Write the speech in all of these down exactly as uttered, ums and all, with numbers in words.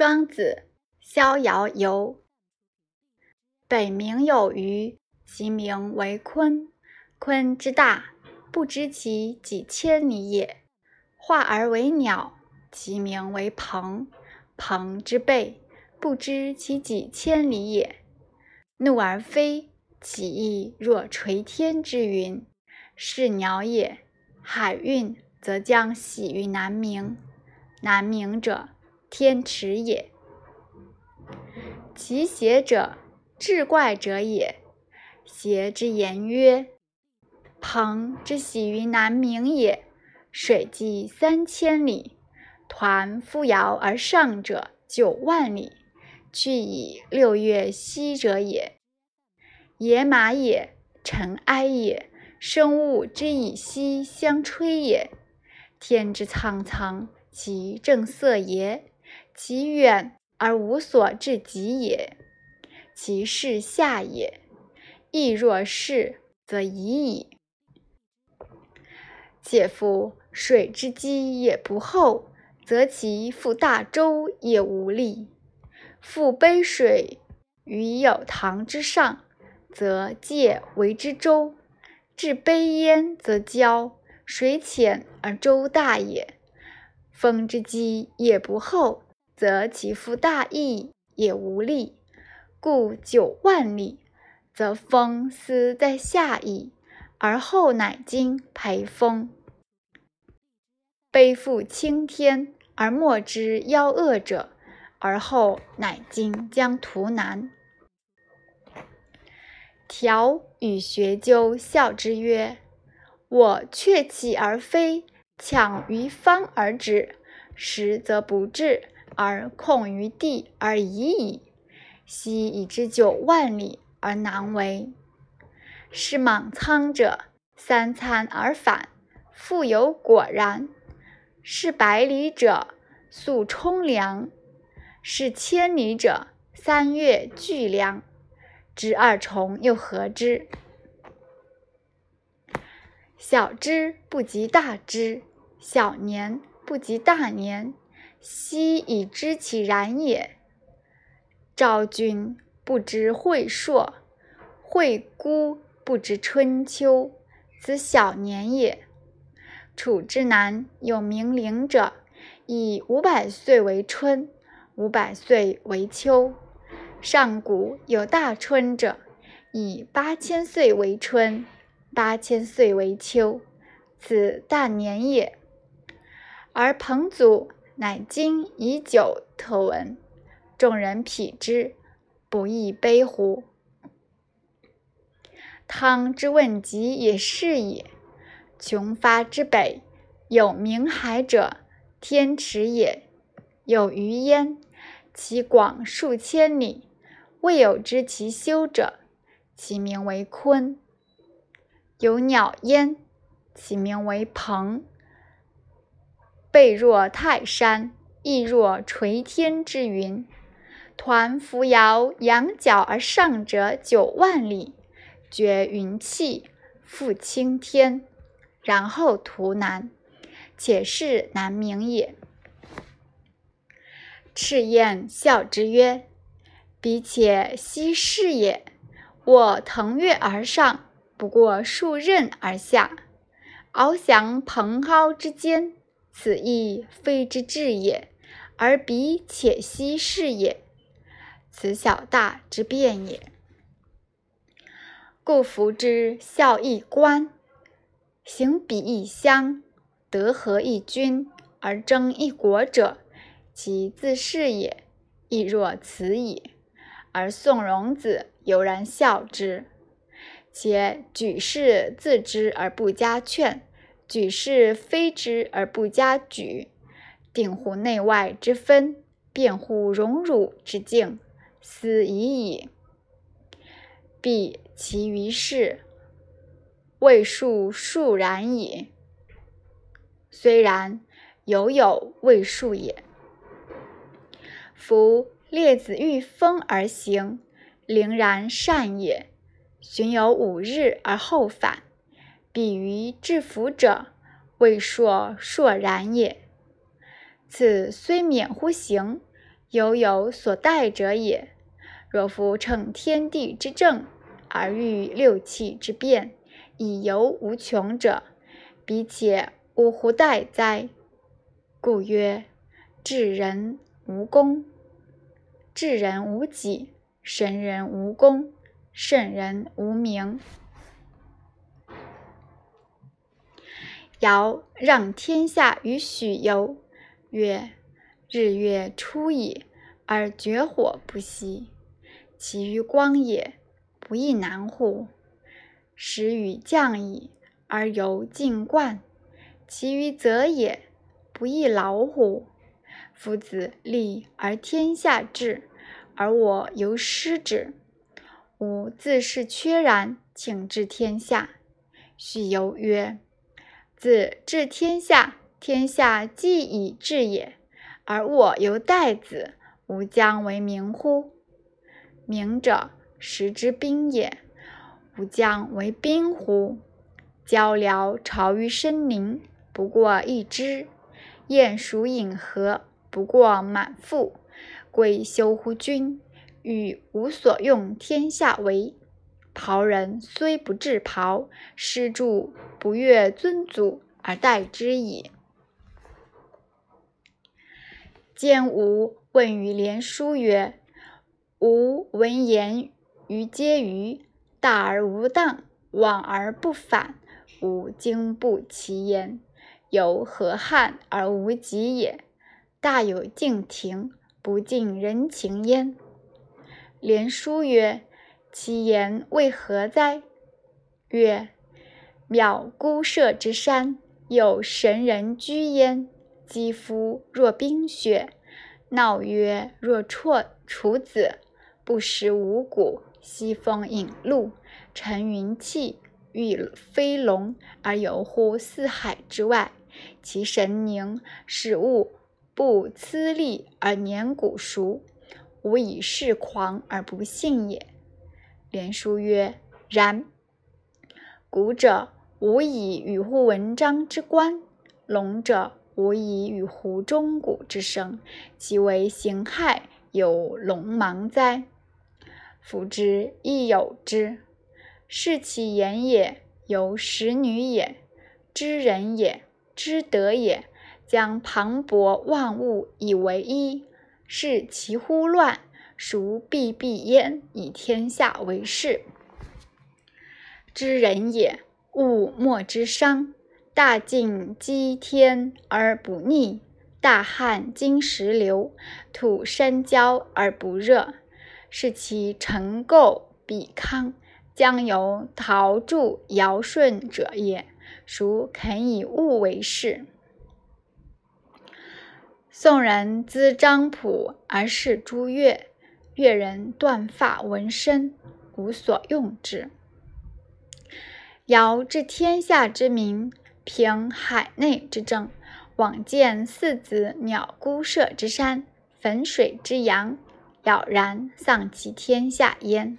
庄子《逍遥游》。北冥有鱼，其名为鲲。鲲之大，不知其几千里也。化而为鸟，其名为鹏。鹏之背，不知其几千里也。怒而飞，其翼若垂天之云。是鸟也。海运则将徙于南冥。南冥者，天池也。其邪者，志怪者也。邪之言曰：鹏之徙于南冥也，水际三千里，抟扶摇而上者九万里，去以六月息者也。野马也，尘埃也，生物之以息相吹也。天之苍苍，其正色也，其远而无所至极也。其势下也，亦若是，则已矣。且夫水之积也不厚，则其覆大舟也无力。覆杯水于有堂之上，则介为之舟；置杯焉，则骄。水浅而舟大也。风之积也不厚，则其覆大翼也无力。故九万里，则风思在下矣，而后乃经培风。背负青天，而莫之夭厄者，而后乃经将图南。条与学究笑之曰：我鹊起而飞，抢于方而止，实则不至，而控于地而已矣。昔已之九万里而难为。是莽苍者，三餐而返，复有果然。是百里者，速冲凉。是千里者，三月具凉。知二重又何之？小之不及大之，小年不及大年，昔已知其然也。昭君不知晦朔，惠姑不知春秋，此小年也。楚之南有冥陵者，以五百岁为春，五百岁为秋。上古有大春者，以八千岁为春，八千岁为秋，此大年也。而彭祖乃今已久特闻，众人匹之，不亦悲乎？汤之问疾也是也。穷发之北，有冥海者，天池也。有鱼焉，其广数千里，未有知其修者，其名为鲲。有鸟焉，其名为鹏。背若泰山，翼若垂天之云。抟扶摇，仰角而上者九万里，绝云气，覆青天，然后图南，且是南冥也。赤焰笑之曰：彼且奚是也？我腾跃而上，不过数仞而下，翱翔蓬蒿之间，此亦非之至也，而彼且奚是也？此小大之变也。故夫之效一官，行比一乡，得合一君，而争一国者，其自是也，亦若此矣。而宋荣子犹然笑之。且举世自之而不加劝，举世非之而不加举，定乎内外之分，辩乎荣辱之境，斯已矣。必其于世，未数数然矣。虽然，犹有未数也。夫列子御风而行，陵然善也。循有五日而后返，比于至福者，未硕硕然也。此虽免乎行， 犹有所待者也。若夫乘天地之正，而欲六气之变，以游无穷者，彼且呜呼待哉？故曰：智人无功，智人无己，神人无功，圣人无名。尧让天下于许由，曰：日月出矣，而绝火不息，其余光也，不亦难乎？时雨降矣，而犹进灌，其余则也，不亦劳乎？夫子立而天下治，而我犹失之。吾自是缺然，请治天下。许由曰：子治天下，天下既已治也，而我犹待子，吾将为明乎？明者，时之兵也，吾将为兵乎？鹪鹩巢于深林，不过一枝；鼹鼠饮河，不过满腹。贵休乎君，欲无所用天下为。袍人虽不治袍，师著不越尊祖而待之矣。兼吾问于连书曰：吾闻言于嗟余，大而无当，往而不返，吾经不其言，有何憾而无及也？大有敬庭，不近人情焉。连书曰：其言为何哉？曰：渺孤舍之山，有神人居焉。肌肤若冰雪，闹曰若啜处子，不食五谷，西风饮露，乘云气，御飞龙，而游乎四海之外。其神凝，使物不疵力而年古熟，吾以是狂而不信也。连书曰：然。古者，吾以与乎文章之观；龙者，吾以与乎钟鼓之声。其为形骸，有龙芒哉？夫之亦有之。是其言也，由使女也，知人也，知德也，将磅礴万物以为一，是其乎乱，孰必必焉，以天下为事。知人也，物莫之伤，大尽积天而不逆，大旱经石流，土山焦而不热，是其成构比康，将由陶铸尧舜者也，孰肯以物为事？宋人资张溥而视朱越，越人断发纹身，无所用之。尧治天下之民，平海内之政，往见四子鸟孤舍之山，汾水之阳，杳然丧其天下焉。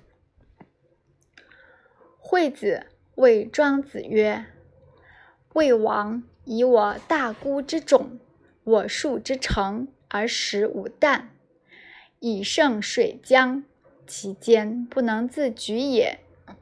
惠子谓庄子曰：魏王以我大姑之种，我庶之成，而食五旦，以胜水江，其间不能自举也。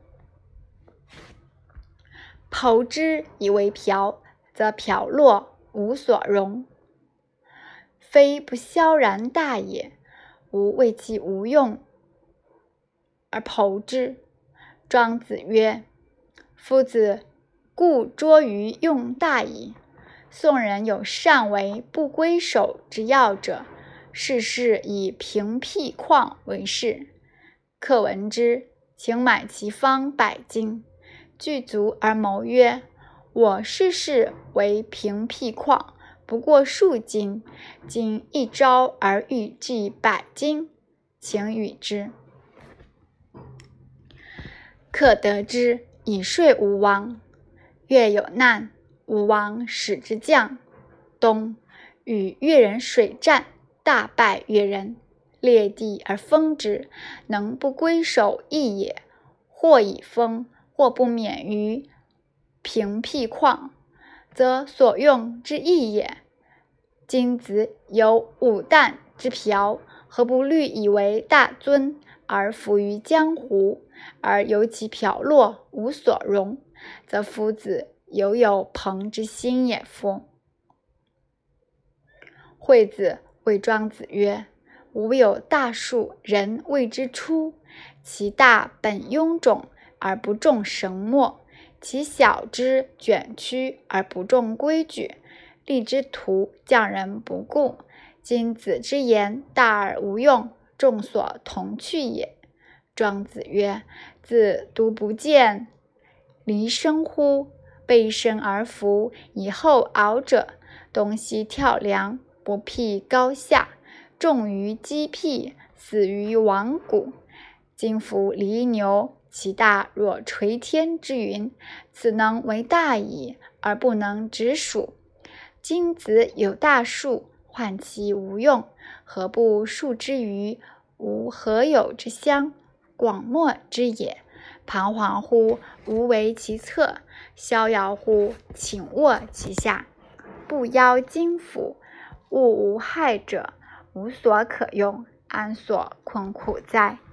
剖之以为瓢，则瓢落，无所容。非不萧然大也，吾谓其无用而剖之。庄子曰：夫子故拙于用大矣。宋人有善为不归手之要者，事事以平辟旷为事。客闻之，请买其方百金，具足而谋曰：我事事为平辟旷，不过数金，今一朝而欲计百金，请与之。客得之，以说吴王。越有难，吴王使之将。冬，与越人水战，大败越人，裂地而封之，能不归守易也。或以封，或不免于平辟旷，则所用之易也。今子有五旦之瓢，何不虑以为大尊，而浮于江湖，而由其瓢落，无所容，则夫子犹有朋之心也夫。惠子谓庄子曰：吾有大树，人谓之初，其大本臃肿而不重绳墨，其小之卷曲而不重规矩，立之徒匠人不顾。今子之言大而无用，众所同去也。庄子曰：子独不见离生乎？背身而服，以后敖者，东西跳梁，不辟高下，重于鸡辟，死于亡谷。今夫犁牛，其大若垂天之云，此能为大矣，而不能直属。今子有大树，患其无用，何不树之于无何有之乡，广袤之野，彷徨乎无为其侧，逍遥乎寝卧其下，不邀金斧，物无害者，无所可用，安所困苦哉？